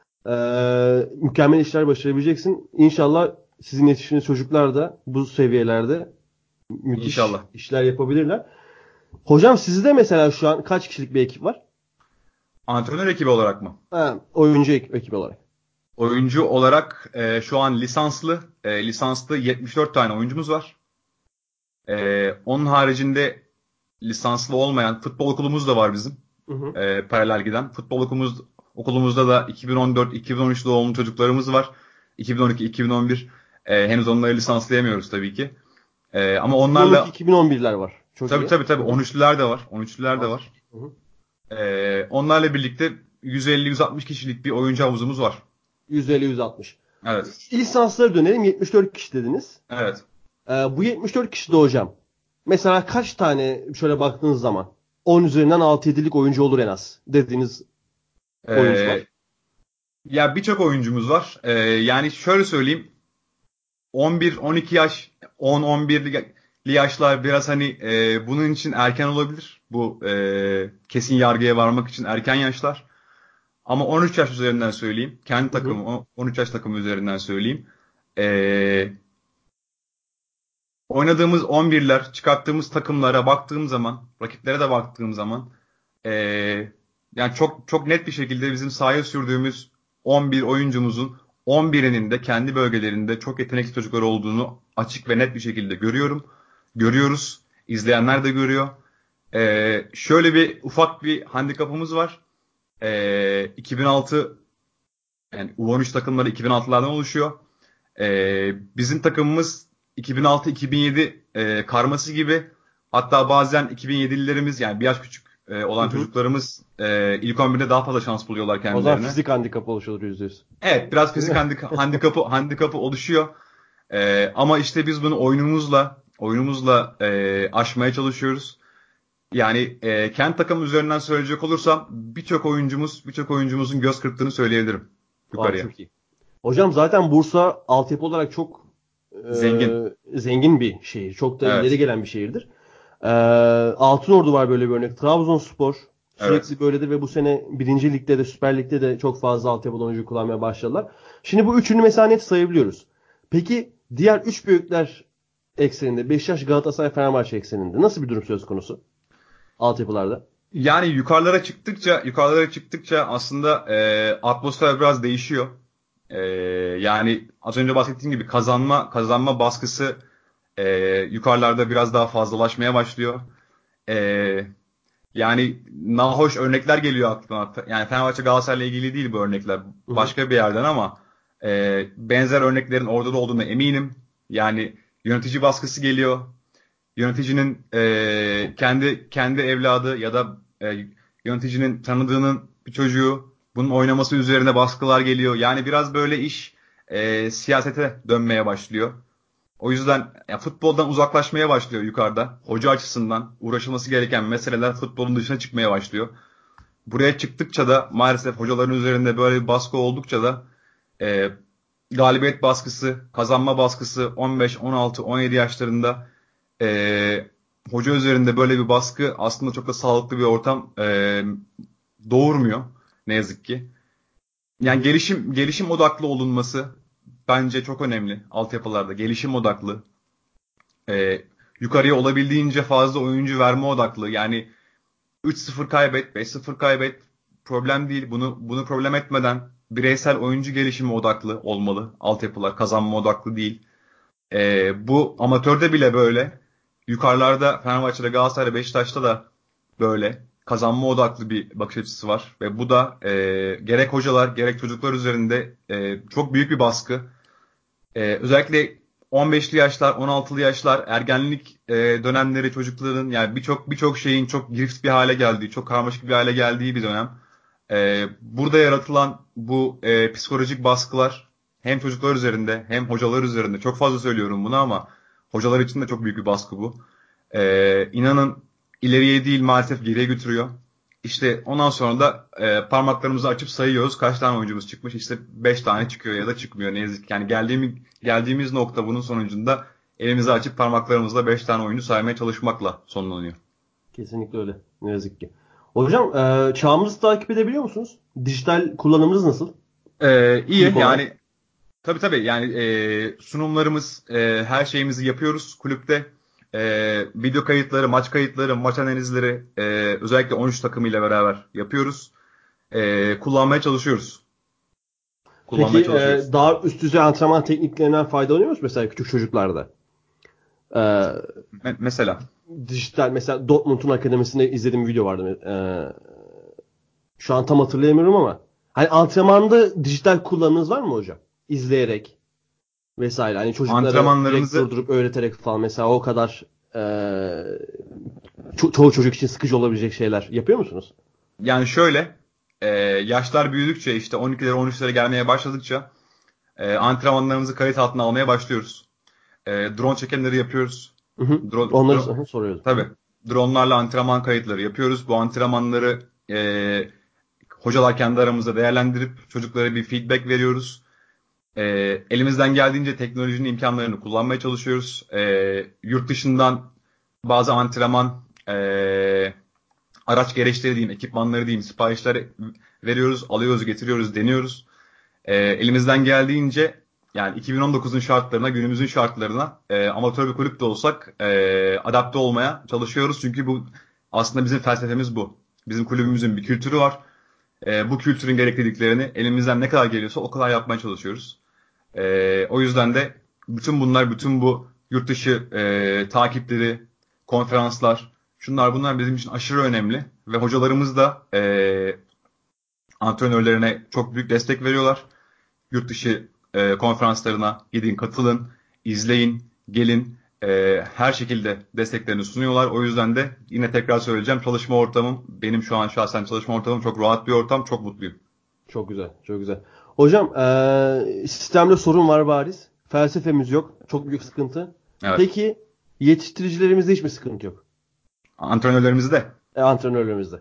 mükemmel işler başarabileceksin. İnşallah sizin yetiştiğiniz çocuklar da bu seviyelerde müthiş
İnşallah.
işler yapabilirler. Hocam sizde mesela şu an kaç kişilik bir ekip var?
Antrenör ekibi olarak mı?
Oyuncu ekibi olarak.
Oyuncu olarak şu an lisanslı 74 tane oyuncumuz var. Onun haricinde lisanslı olmayan futbol okulumuz da var bizim.
Hı hı.
Paralel giden. Okulumuzda da 2014-2013 doğumlu çocuklarımız var. 2012-2011. Henüz onları lisanslayamıyoruz tabii ki. Ama onlarla
2012-2011'ler var. Çok
tabii
iyi.
tabii tabii
Hı hı.
13'lüler de var. 13'lüler de
Aa,
var.
hı hı.
Onlarla birlikte 150-160 kişilik bir oyuncu havuzumuz var.
150-160.
Evet.
Lisanslara dönelim. 74 kişi dediniz.
Evet.
Bu 74 kişi de hocam. Mesela kaç tane şöyle baktığınız zaman 10 üzerinden 6-7'lik oyuncu olur en az dediğiniz oyuncular.
Ee, Ya birçok oyuncumuz var. Yani şöyle söyleyeyim. 11-12 yaş, 10-11'li yaşlar biraz hani bunun için erken olabilir. Bu kesin yargıya varmak için erken yaşlar. Ama 13 yaş üzerinden söyleyeyim. Kendi
Hı hı.
takımım, 13 yaş takımı üzerinden söyleyeyim. Ee, Oynadığımız 11'ler, çıkarttığımız takımlara baktığım zaman, rakiplere de baktığım zaman yani çok çok net bir şekilde bizim sahaya sürdüğümüz 11 oyuncumuzun 11'inin de kendi bölgelerinde çok yetenekli çocuklar olduğunu açık ve net bir şekilde görüyorum. Görüyoruz. İzleyenler de görüyor. Şöyle bir ufak bir handikapımız var. 2006 yani U13 takımları 2006'lardan oluşuyor. Bizim takımımız 2006-2007 karması gibi. Hatta bazen 2007'lilerimiz yani bir yaş küçük olan çocuklarımız ilk 11'de daha fazla şans buluyorlar kendilerine.
O zaman fizik handikapı oluşuyor %100.
Evet, biraz fizik handikapı oluşuyor. Ama işte biz bunu oyunumuzla aşmaya çalışıyoruz. Yani kendi takım üzerinden söyleyecek olursam birçok oyuncumuzun göz kırptığını söyleyebilirim yukarıya.
Çok iyi. Hocam zaten Bursa altyapı olarak çok
Zengin.
zengin bir şehir. Çok da ileri
Evet.
gelen bir şehirdir. Altınordu var böyle bir örnek. Trabzonspor sürekli
Evet.
böyledir ve bu sene 1. Lig'de de Süper Lig'de de çok fazla altyapıdan oyuncu kullanmaya başladılar. Şimdi bu üçünü mesela net sayabiliyoruz. Peki diğer üç büyükler ekseninde Beşiktaş, Galatasaray, Fenerbahçe ekseninde nasıl bir durum söz konusu altyapılarda?
Yani yukarılara çıktıkça aslında atmosfer biraz değişiyor. Yani az önce bahsettiğim gibi kazanma baskısı yukarılarda biraz daha fazlalaşmaya başlıyor. E, Yani nahoş örnekler geliyor aklıma. Yani Fenerbahçe Galatasaray'la ilgili değil bu örnekler.
Hı hı.
Başka bir yerden ama benzer örneklerin orada da olduğuna eminim. Yani yönetici baskısı geliyor. Yöneticinin kendi evladı ya da yöneticinin tanıdığının bir çocuğu bunun oynaması üzerine baskılar geliyor. Yani biraz böyle iş siyasete dönmeye başlıyor. O yüzden ya, futboldan uzaklaşmaya başlıyor yukarıda. Hoca açısından uğraşılması gereken meseleler futbolun dışına çıkmaya başlıyor. Buraya çıktıkça da maalesef hocaların üzerinde böyle bir baskı oldukça da e, galibiyet baskısı, kazanma baskısı 15, 16, 17 yaşlarında hoca üzerinde böyle bir baskı aslında çok da sağlıklı bir ortam doğurmuyor ne yazık ki.
Hı
Yani
hı.
gelişim odaklı olunması bence çok önemli altyapılarda. Gelişim odaklı, e, yukarıya olabildiğince fazla oyuncu verme odaklı. Yani 3-0 kaybet, 5-0 kaybet problem değil. Bunu problem etmeden bireysel oyuncu gelişimi odaklı olmalı. Altyapılar kazanma odaklı değil. Bu amatörde bile böyle. Yukarılarda Fenerbahçe'de, Galatasaray'da, Beşiktaş'ta da böyle kazanma odaklı bir bakış açısı var. Ve bu da gerek hocalar gerek çocuklar üzerinde çok büyük bir baskı. Özellikle 15'li yaşlar, 16'lı yaşlar, ergenlik dönemleri çocukların yani birçok şeyin çok girift bir hale geldiği, çok karmaşık bir hale geldiği bir dönem. Burada yaratılan bu psikolojik baskılar hem çocuklar üzerinde hem hocalar üzerinde çok fazla söylüyorum bunu ama hocalar için de çok büyük bir baskı bu. İnanın ileriye değil maalesef geriye götürüyor. İşte ondan sonra da parmaklarımızı açıp sayıyoruz. Kaç tane oyuncumuz çıkmış? İşte 5 tane çıkıyor ya da çıkmıyor. Ne yazık ki. Yani geldiğimiz nokta bunun sonucunda elimizi açıp parmaklarımızla 5 tane oyuncu saymaya çalışmakla sonlanıyor.
Kesinlikle öyle. Ne yazık ki. Hocam çağımızı takip edebiliyor musunuz? Dijital kullanımınız nasıl?
İyi
Kulüp olarak.
yani tabii yani sunumlarımız her şeyimizi yapıyoruz kulüpte. Video kayıtları, maç kayıtları, maç analizleri özellikle 13 takımıyla beraber yapıyoruz. Kullanmaya çalışıyoruz.
Peki
Kullanmaya çalışıyoruz.
daha üst düzey antrenman tekniklerinden faydalanıyor musunuz mesela küçük çocuklarda? E,
Mesela
Dijital mesela Dortmund'un akademisinde izlediğim bir video vardı. Şu an tam hatırlayamıyorum ama hani antrenmanda dijital kullanımınız var mı hocam? İzleyerek vesaire. Hani çocuklara direkt
antrenmanlarımızı
durdurup öğreterek falan mesela o kadar çoğu çocuk için sıkıcı olabilecek şeyler yapıyor musunuz?
yani şöyle yaşlar büyüdükçe işte 12'lere 13'lere gelmeye başladıkça antrenmanlarımızı kayıt altına almaya başlıyoruz. Drone çekimleri yapıyoruz.
Hı hı.
Drone,
Onları
drone,
soruyordum. Hı
tabii
hı.
dronelarla antrenman kayıtları yapıyoruz. Bu antrenmanları hocalar kendi aramızda değerlendirip çocuklara bir feedback veriyoruz. E, Elimizden geldiğince teknolojinin imkanlarını kullanmaya çalışıyoruz. Yurt dışından bazı antrenman araç gereçleri diyeyim, ekipmanları diyeyim, siparişler veriyoruz, alıyoruz, getiriyoruz, deniyoruz. Elimizden geldiğince yani 2019'un şartlarına, günümüzün şartlarına amatör bir kulüp de olsak adapte olmaya çalışıyoruz. Çünkü bu aslında bizim felsefemiz bu. Bizim kulübümüzün bir kültürü var. Bu kültürün gerekliliklerini elimizden ne kadar geliyorsa o kadar yapmaya çalışıyoruz. O yüzden de bütün bu yurt dışı takipleri, konferanslar, şunlar bunlar bizim için aşırı önemli. Ve hocalarımız da antrenörlerine çok büyük destek veriyorlar. Yurt dışı konferanslarına gidin, katılın, izleyin, gelin. Her şekilde desteklerini sunuyorlar. O yüzden de yine tekrar söyleyeceğim, çalışma ortamım, benim şu an şahsen çalışma ortamım çok rahat bir ortam, çok mutluyum.
Çok güzel, çok güzel. Hocam sistemde sorun var bariz. Felsefemiz yok. Çok büyük sıkıntı.
Evet.
Peki yetiştiricilerimizde hiç mi sıkıntı yok?
Antrenörlerimizi de.
Antrenörlerimizde.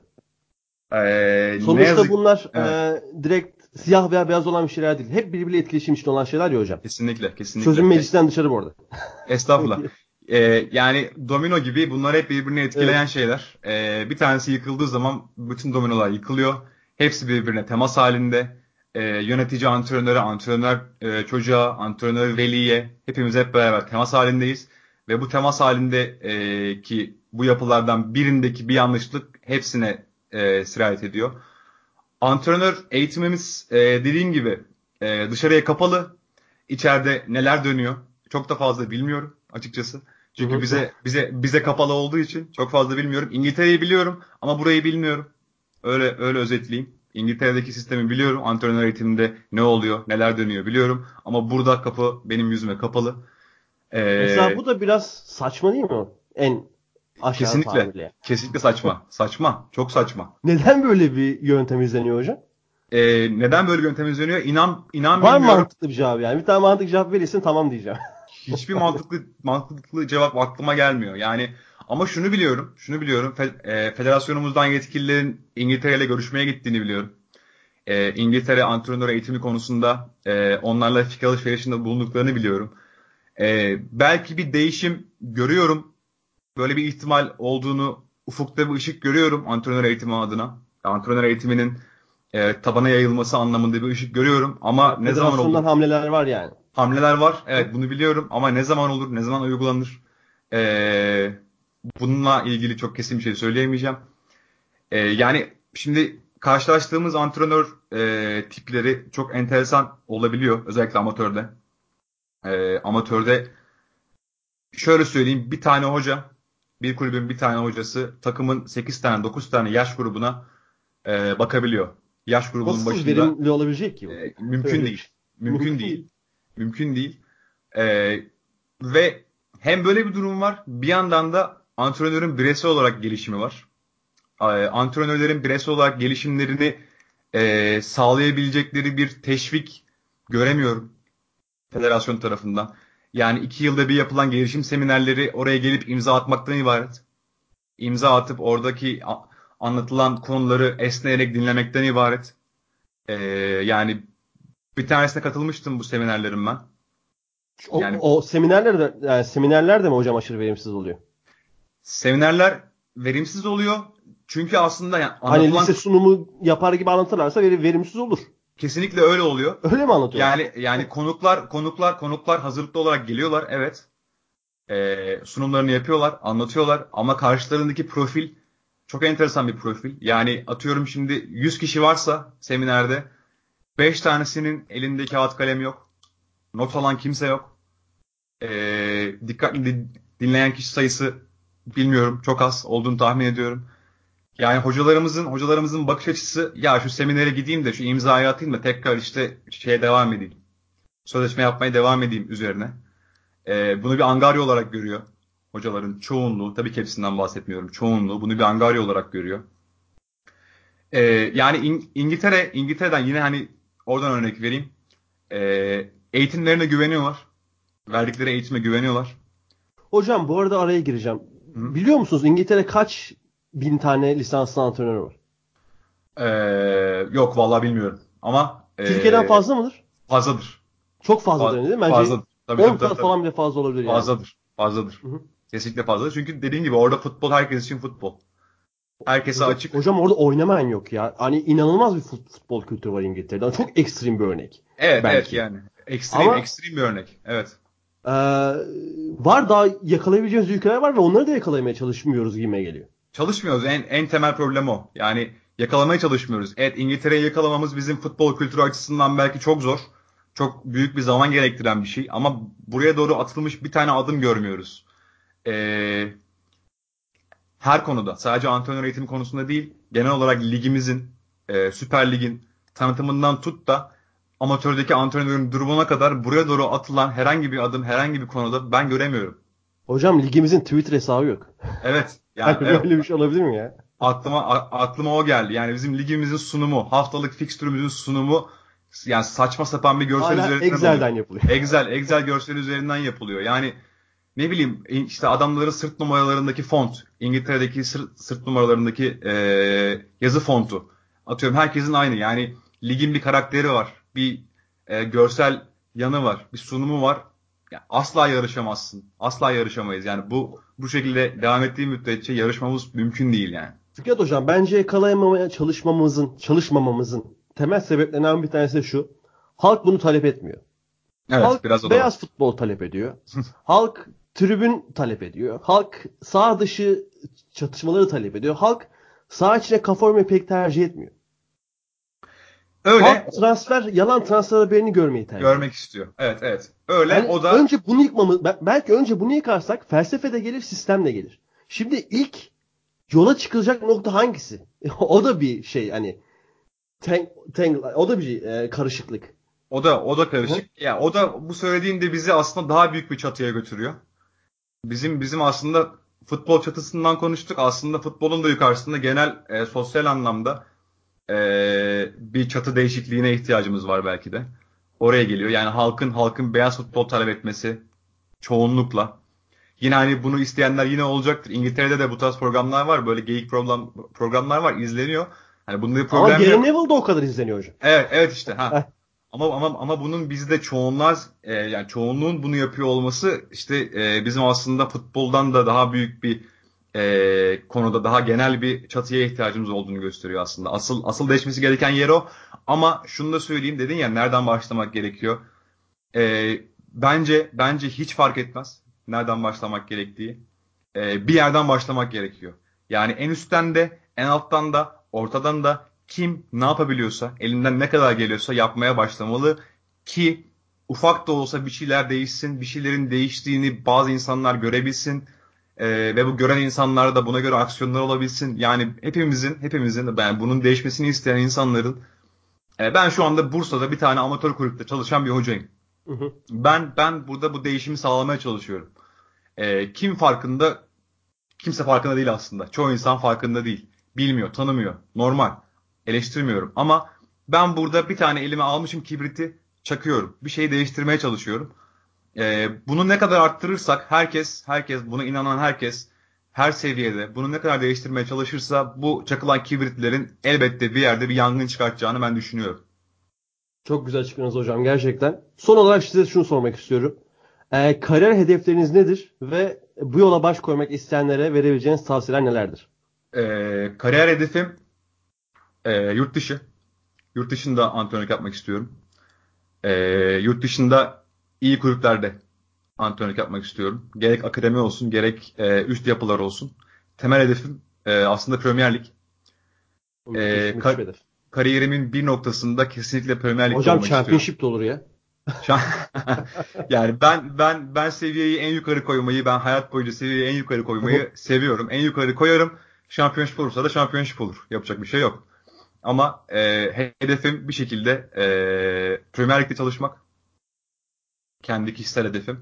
Ne
Sonuçta
yazık.
bunlar
Evet.
direkt siyah veya beyaz olan bir şeyler değil. Hep birbiriyle etkileşim içinde olan şeyler ya hocam.
Kesinlikle, kesinlikle.
Sözüm meclisten dışarı bu arada.
Estağfurullah. Yani domino gibi bunlar hep birbirini etkileyen
Evet.
şeyler. Bir tanesi yıkıldığı zaman bütün dominolar yıkılıyor. Hepsi birbirine temas halinde. Yönetici antrenöre, antrenör çocuğa, antrenör veliye, hepimiz hep beraber temas halindeyiz. Ve bu temas halinde ki bu yapılardan birindeki bir yanlışlık hepsine sirayet ediyor. Antrenör eğitimimiz dediğim gibi dışarıya kapalı. İçeride neler dönüyor çok da fazla bilmiyorum açıkçası. Çünkü bize kapalı olduğu için çok fazla bilmiyorum. İngiltere'yi biliyorum ama burayı bilmiyorum. Öyle özetleyeyim. İngiltere'deki sistemi biliyorum. Antrenör eğitiminde ne oluyor, neler dönüyor biliyorum. Ama burada kapı benim yüzüme kapalı.
Mesela
Ee,
bu da biraz saçma değil mi? En aşağı
kesinlikle,
tabirle.
kesinlikle saçma. Saçma, çok saçma.
Neden böyle bir yöntem izleniyor hocam?
Neden böyle bir yöntem izleniyor? İnan
Var mı
bilmiyorum.
mantıklı bir cevabı yani? Bir tane mantıklı cevap verirsin tamam diyeceğim.
Hiçbir mantıklı cevap aklıma gelmiyor. Yani ama şunu biliyorum. Federasyonumuzdan yetkililerin İngiltere ile görüşmeye gittiğini biliyorum. İngiltere antrenör eğitimi konusunda onlarla fikir alışverişinde bulunduklarını biliyorum. Belki bir değişim görüyorum. Böyle bir ihtimal olduğunu, ufukta bir ışık görüyorum antrenör eğitimi adına. Antrenör eğitiminin tabana yayılması anlamında bir ışık görüyorum. Ama ne zaman
Federasyondan
olur?
hamleler var yani.
Hamleler var. Evet,
Hı?
bunu biliyorum ama ne zaman olur, ne zaman uygulanır? Ee, Bununla ilgili çok kesin bir şey söyleyemeyeceğim. Yani şimdi karşılaştığımız antrenör tipleri çok enteresan olabiliyor. Özellikle amatörde. Amatörde şöyle söyleyeyim, bir kulübün bir tane hocası takımın 8 tane 9 tane yaş grubuna bakabiliyor. Yaş grubunun
Nasıl
başında
verimli olabilecek ki bu?
mümkün
Öyle bir
değil.
şey.
Mümkün
Mümkün
değil.
değil.
Mümkün değil. Ee, Ve hem böyle bir durum var, bir yandan da antrenörün bireysel olarak gelişimi var. Antrenörlerin bireysel olarak gelişimlerini sağlayabilecekleri bir teşvik göremiyorum federasyon tarafından. Yani 2 yılda bir yapılan gelişim seminerleri oraya gelip imza atmaktan ibaret. İmza atıp oradaki anlatılan konuları esneyerek dinlemekten ibaret. Yani bir tanesine katılmıştım bu seminerlerin ben. Yani
O seminerler de mi hocam aşırı verimsiz oluyor?
seminerler verimsiz oluyor. Çünkü aslında yani
Hani
anlatılan
lise sunumu yapar gibi anlatırlarsa verimsiz olur.
kesinlikle öyle oluyor.
Öyle mi anlatıyorlar?
Yani konuklar hazırlıklı olarak geliyorlar. Evet. Sunumlarını yapıyorlar, anlatıyorlar ama karşılarındaki profil çok enteresan bir profil. Yani atıyorum şimdi 100 kişi varsa seminerde 5 tanesinin elinde kağıt kalem yok. Not alan kimse yok. Dikkatli dinleyen kişi sayısı bilmiyorum, çok az olduğunu tahmin ediyorum. Yani hocalarımızın bakış açısı, ya şu seminere gideyim de şu imzayı atayım da tekrar işte şeye devam edeyim. Sözleşme yapmaya devam edeyim üzerine. Bunu bir angarya olarak görüyor. Hocaların çoğunluğu, tabii ki hepsinden bahsetmiyorum. Çoğunluğu bunu bir angarya olarak görüyor. Yani İngiltere'den yine hani oradan örnek vereyim. Eğitimlerine güveniyorlar. Verdikleri eğitime güveniyorlar.
Hocam bu arada araya gireceğim.
Hı.
Biliyor musunuz İngiltere kaç bin tane lisanslı antrenör var?
Yok vallahi bilmiyorum. Ama
Türkiye'den fazla mıdır?
fazladır.
Çok fazladır değil mi? Bence
Fazladır. Tabii
10
tabii tabii
kat
tabii.
falan bile fazla olabilir yani.
Fazladır. Fazladır.
Hı hı.
Kesinlikle fazladır. Çünkü dediğim gibi orada futbol herkes için futbol. Herkese açık.
Hocam orada oynamayan yok ya. Hani inanılmaz bir futbol kültürü var İngiltere'de. Çok ekstrem bir örnek.
Evet
Belki.
yani.
Ama
Ekstrem bir örnek. Evet.
var daha yakalayabileceğimiz ülkeler var ve onları da yakalamaya çalışmıyoruz gibime geliyor.
Çalışmıyoruz. En temel problem o. Yani yakalamaya çalışmıyoruz. Evet, İngiltere'yi yakalamamız bizim futbol kültürü açısından belki çok zor. Çok büyük bir zaman gerektiren bir şey. Ama buraya doğru atılmış bir tane adım görmüyoruz. Ee, Her konuda, sadece antrenör eğitimi konusunda değil, genel olarak ligimizin, Süper Lig'in tanıtımından tut da amatördeki antrenörün durumuna kadar buraya doğru atılan herhangi bir adım, herhangi bir konuda ben göremiyorum.
Hocam ligimizin Twitter hesabı yok.
Evet, yani
Yani
evet,
böyle bir şey olabilir mi ya?
aklıma o geldi. Yani bizim ligimizin sunumu, haftalık fikstürümüzün sunumu yani saçma sapan bir görsel
Hala
üzerinden oluyor.
Excel'den yapılıyor.
Excel görsel üzerinden yapılıyor. Yani ne bileyim işte adamların sırt numaralarındaki font, İngiltere'deki sırt numaralarındaki yazı fontu. Atıyorum herkesin aynı. Yani ligin bir karakteri var. Bir görsel yanı var. Bir sunumu var. Yani asla yarışamazsın. Asla yarışamayız. Yani bu şekilde devam ettiği müddetçe yarışmamız mümkün değil yani.
Fikret Hocam bence yakalayamamaya çalışmamamızın temel sebeplerinden bir tanesi de şu. Halk bunu talep etmiyor.
Evet,
Halk
biraz o da var.
beyaz futbol talep ediyor. Halk tribün talep ediyor. Halk sağ dışı çatışmaları talep ediyor. Halk sağ içine kafa yormayı pek tercih etmiyor.
Öyle
Halk yalan transfer haberini görmeyi tercih ediyor.
görmek istiyor. Evet, evet. Öyle
Yani
o da
önce bunu yıkmamız, belki önce bunu yıkarsak felsefe de gelir, sistem de gelir. Şimdi ilk yola çıkılacak nokta hangisi? O da bir şey hani o da bir karışıklık.
o da
Hı hı.
karışık. Ya o da bu söylediğin de bizi aslında daha büyük bir çatıya götürüyor. Bizim aslında futbol çatısından konuştuk. Aslında futbolun da yukarısında genel sosyal anlamda bir çatı değişikliğine ihtiyacımız var belki de. Oraya geliyor. Yani halkın beyaz futbol talep etmesi çoğunlukla. Yine hani bunu isteyenler yine olacaktır. İngiltere'de de bu tarz programlar var. Böyle geyik programlar var. İzleniyor. Hani bunda bir
Ama
problem
Gary
yok.
Neville de o kadar izleniyor hocam.
Evet, evet işte
Heh.
ha. Ama bunun bizde yani çoğunluğun bunu yapıyor olması işte bizim aslında futboldan da daha büyük bir konuda daha genel bir çatıya ihtiyacımız olduğunu gösteriyor aslında. Asıl değişmesi gereken yer o. Ama şunu da söyleyeyim, dedin ya nereden başlamak gerekiyor? Bence hiç fark etmez nereden başlamak gerektiği. Bir yerden başlamak gerekiyor. Yani en üstten de, en alttan da, ortadan da kim ne yapabiliyorsa, elinden ne kadar geliyorsa yapmaya başlamalı ki ufak da olsa bir şeyler değişsin, bir şeylerin değiştiğini bazı insanlar görebilsin ve bu gören insanlar da buna göre aksiyonlar olabilsin. Yani hepimizin yani bunun değişmesini isteyen insanların ben şu anda Bursa'da bir tane amatör kulüpte çalışan bir hocayım.
Hı hı.
Ben burada bu değişimi sağlamaya çalışıyorum. Kim farkında? Kimse farkında değil aslında. Çoğu insan farkında değil. Bilmiyor, tanımıyor. Normal. Eleştirmiyorum. Ama ben burada bir tane elime almışım kibriti, çakıyorum. Bir şeyi değiştirmeye çalışıyorum. Bunu ne kadar arttırırsak herkes, buna inanan herkes her seviyede bunu ne kadar değiştirmeye çalışırsa bu çakılan kibritlerin elbette bir yerde bir yangın çıkartacağını ben düşünüyorum.
Çok güzel çıktınız hocam gerçekten. Son olarak size şunu sormak istiyorum. Kariyer hedefleriniz nedir ve bu yola baş koymak isteyenlere verebileceğiniz tavsiyeler nelerdir?
Kariyer hedefim yurt dışı. Yurt dışında antrenörlük yapmak istiyorum. Yurt dışında iyi kulüplerde antrenörlük yapmak istiyorum. Gerek akademi olsun, gerek üst yapılar olsun. Temel hedefim aslında Premier Lig.
Müthiş, müthiş bir
Ka-
hedef.
Kariyerimin bir noktasında kesinlikle Premier Lig'de
Hocam
olmak istiyorum.
Championship de olur ya.
Şu an yani ben seviyeyi en yukarı koymayı, ben hayat boyunca seviyeyi en yukarı koymayı seviyorum. En yukarı koyarım. Şampiyonşip olursa da şampiyonşip olur. Yapacak bir şey yok. Ama hedefim bir şekilde Premier Lig'de çalışmak. Kendi kişisel hedefim.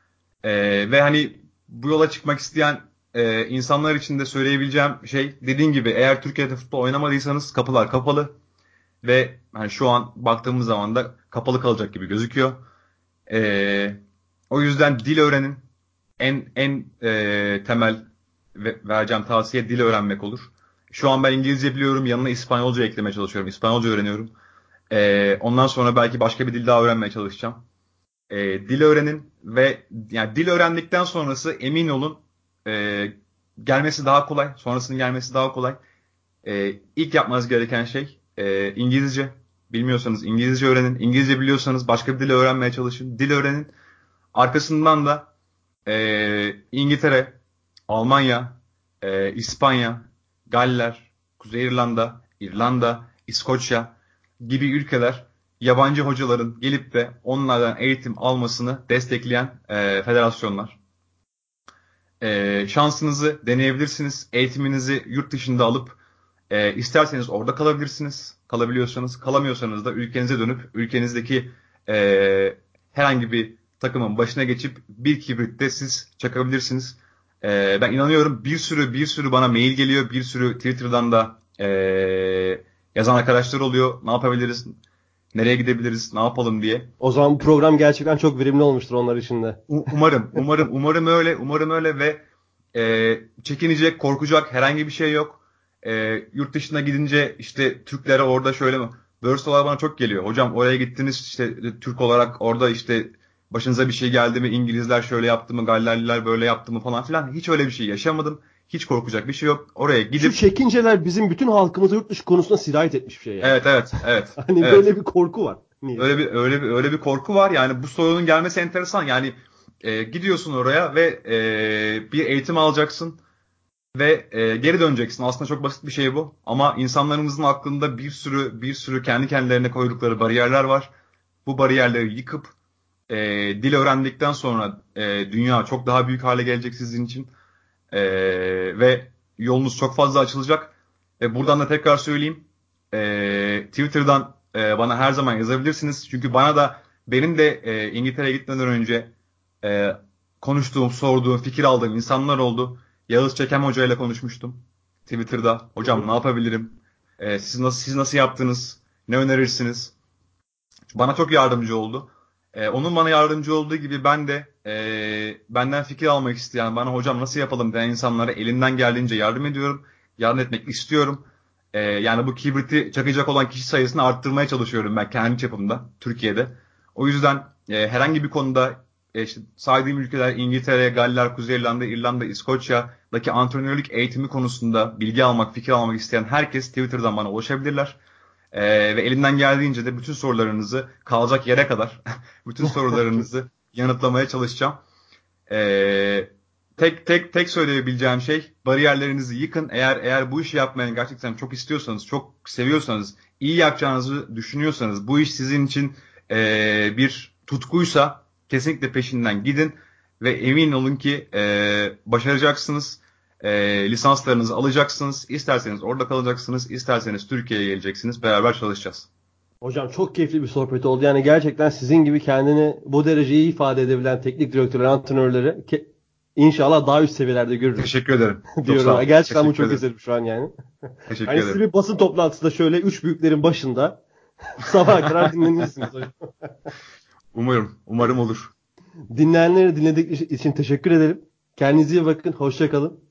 Ve hani bu yola çıkmak isteyen insanlar için de söyleyebileceğim şey, dediğim gibi eğer Türkiye'de futbol oynamadıysanız kapılar kapalı ve hani şu an baktığımız zaman da kapalı kalacak gibi gözüküyor. E, O yüzden dil öğrenin. En temel vereceğim tavsiye dil öğrenmek olur. Şu an ben İngilizce biliyorum, yanına İspanyolca eklemeye çalışıyorum. İspanyolca öğreniyorum. Ondan sonra belki başka bir dil daha öğrenmeye çalışacağım. Dil öğrenin ve yani dil öğrendikten sonrası emin olun e, gelmesi daha kolay. Sonrasının gelmesi daha kolay. İlk yapmanız gereken şey İngilizce. Bilmiyorsanız İngilizce öğrenin. İngilizce biliyorsanız başka bir dil öğrenmeye çalışın. Dil öğrenin. Arkasından da İngiltere, Almanya, İspanya, Galler, Kuzey İrlanda İrlanda, İskoçya gibi ülkeler yabancı hocaların gelip de onlardan eğitim almasını destekleyen federasyonlar. Şansınızı deneyebilirsiniz. Eğitiminizi yurt dışında alıp isterseniz orada kalabilirsiniz. Kalabiliyorsanız, kalamıyorsanız da ülkenize dönüp ülkenizdeki herhangi bir takımın başına geçip bir kibritte siz çakabilirsiniz. Ben inanıyorum bir sürü bana mail geliyor. Bir sürü Twitter'dan da yazan arkadaşlar oluyor. Ne yapabiliriz? Nereye gidebiliriz? Ne yapalım diye.
O zaman bu program gerçekten çok verimli olmuştur onlar için de.
Umarım öyle ve çekinecek, korkacak herhangi bir şey yok. Yurt dışına gidince işte Türklere orada şöyle mi? Böyle sorular bana çok geliyor. Hocam oraya gittiniz işte Türk olarak orada işte başınıza bir şey geldi mi? İngilizler şöyle yaptı mı? Gallerliler böyle yaptı mı falan filan. Hiç öyle bir şey yaşamadım. Hiç korkacak bir şey yok. Oraya
Şu
gidip
çekinceler bizim bütün halkımıza yurt dışı konusunda sirayet etmiş bir şey yani.
evet.
Hani
Evet.
böyle bir korku var. Niye?
Öyle bir korku var. Yani bu sorunun gelmesi enteresan. Yani gidiyorsun oraya ve bir eğitim alacaksın ve geri döneceksin. Aslında çok basit bir şey bu. Ama insanlarımızın aklında bir sürü kendi kendilerine koydukları bariyerler var. Bu bariyerleri yıkıp dil öğrendikten sonra dünya çok daha büyük hale gelecek sizin için. E, ve yolunuz çok fazla açılacak. Buradan da tekrar söyleyeyim. Twitter'dan bana her zaman yazabilirsiniz. Çünkü benim de İngiltere'ye gitmeden önce e, konuştuğum, sorduğum, fikir aldığım insanlar oldu. Yağız Çekem Hoca ile konuşmuştum Twitter'da.
Hı hı.
Hocam ne yapabilirim? Siz nasıl yaptınız? Ne önerirsiniz? Bana çok yardımcı oldu. Onun bana yardımcı olduğu gibi ben de benden fikir almak isteyen, bana hocam nasıl yapalım diyen insanlara elimden geldiğince yardım ediyorum. Yardım etmek istiyorum. Yani bu kibriti çakacak olan kişi sayısını arttırmaya çalışıyorum ben kendi çapımda Türkiye'de. O yüzden herhangi bir konuda işte saydığım ülkeler İngiltere, Galler, Kuzey İrlanda, İrlanda, İskoçya'daki antrenörlük eğitimi konusunda bilgi almak, fikir almak isteyen herkes Twitter'dan bana ulaşabilirler. Ve elimden geldiğince de bütün sorularınızı kalacak yere kadar bütün
Çok
sorularınızı yanıtlamaya çalışacağım. Ee, tek söyleyebileceğim şey bariyerlerinizi yıkın. Eğer bu işi yapmayı gerçekten çok istiyorsanız, çok seviyorsanız, iyi yapacağınızı düşünüyorsanız, bu iş sizin için bir tutkuysa kesinlikle peşinden gidin ve emin olun ki başaracaksınız. Lisanslarınızı alacaksınız. İsterseniz orada kalacaksınız, isterseniz Türkiye'ye geleceksiniz. Beraber çalışacağız.
Hocam çok keyifli bir sohbet oldu. Yani gerçekten sizin gibi kendini bu derece iyi ifade edebilen teknik direktörler, antrenörleri inşallah daha üst seviyelerde görürüz
Teşekkür ederim. Çok
diyorum.
sağ ol.
Gerçekten bu
Teşekkür
çok
ederim.
eserim şu an yani.
Teşekkür
Hani sizi
ederim.
bir basın toplantısında şöyle üç büyüklerin başında sabaha kadar dinlenirsiniz hocam.
Umarım olur.
Dinleyenleri dinlediğiniz için teşekkür ederim. Kendinize iyi bakın. Hoşça kalın.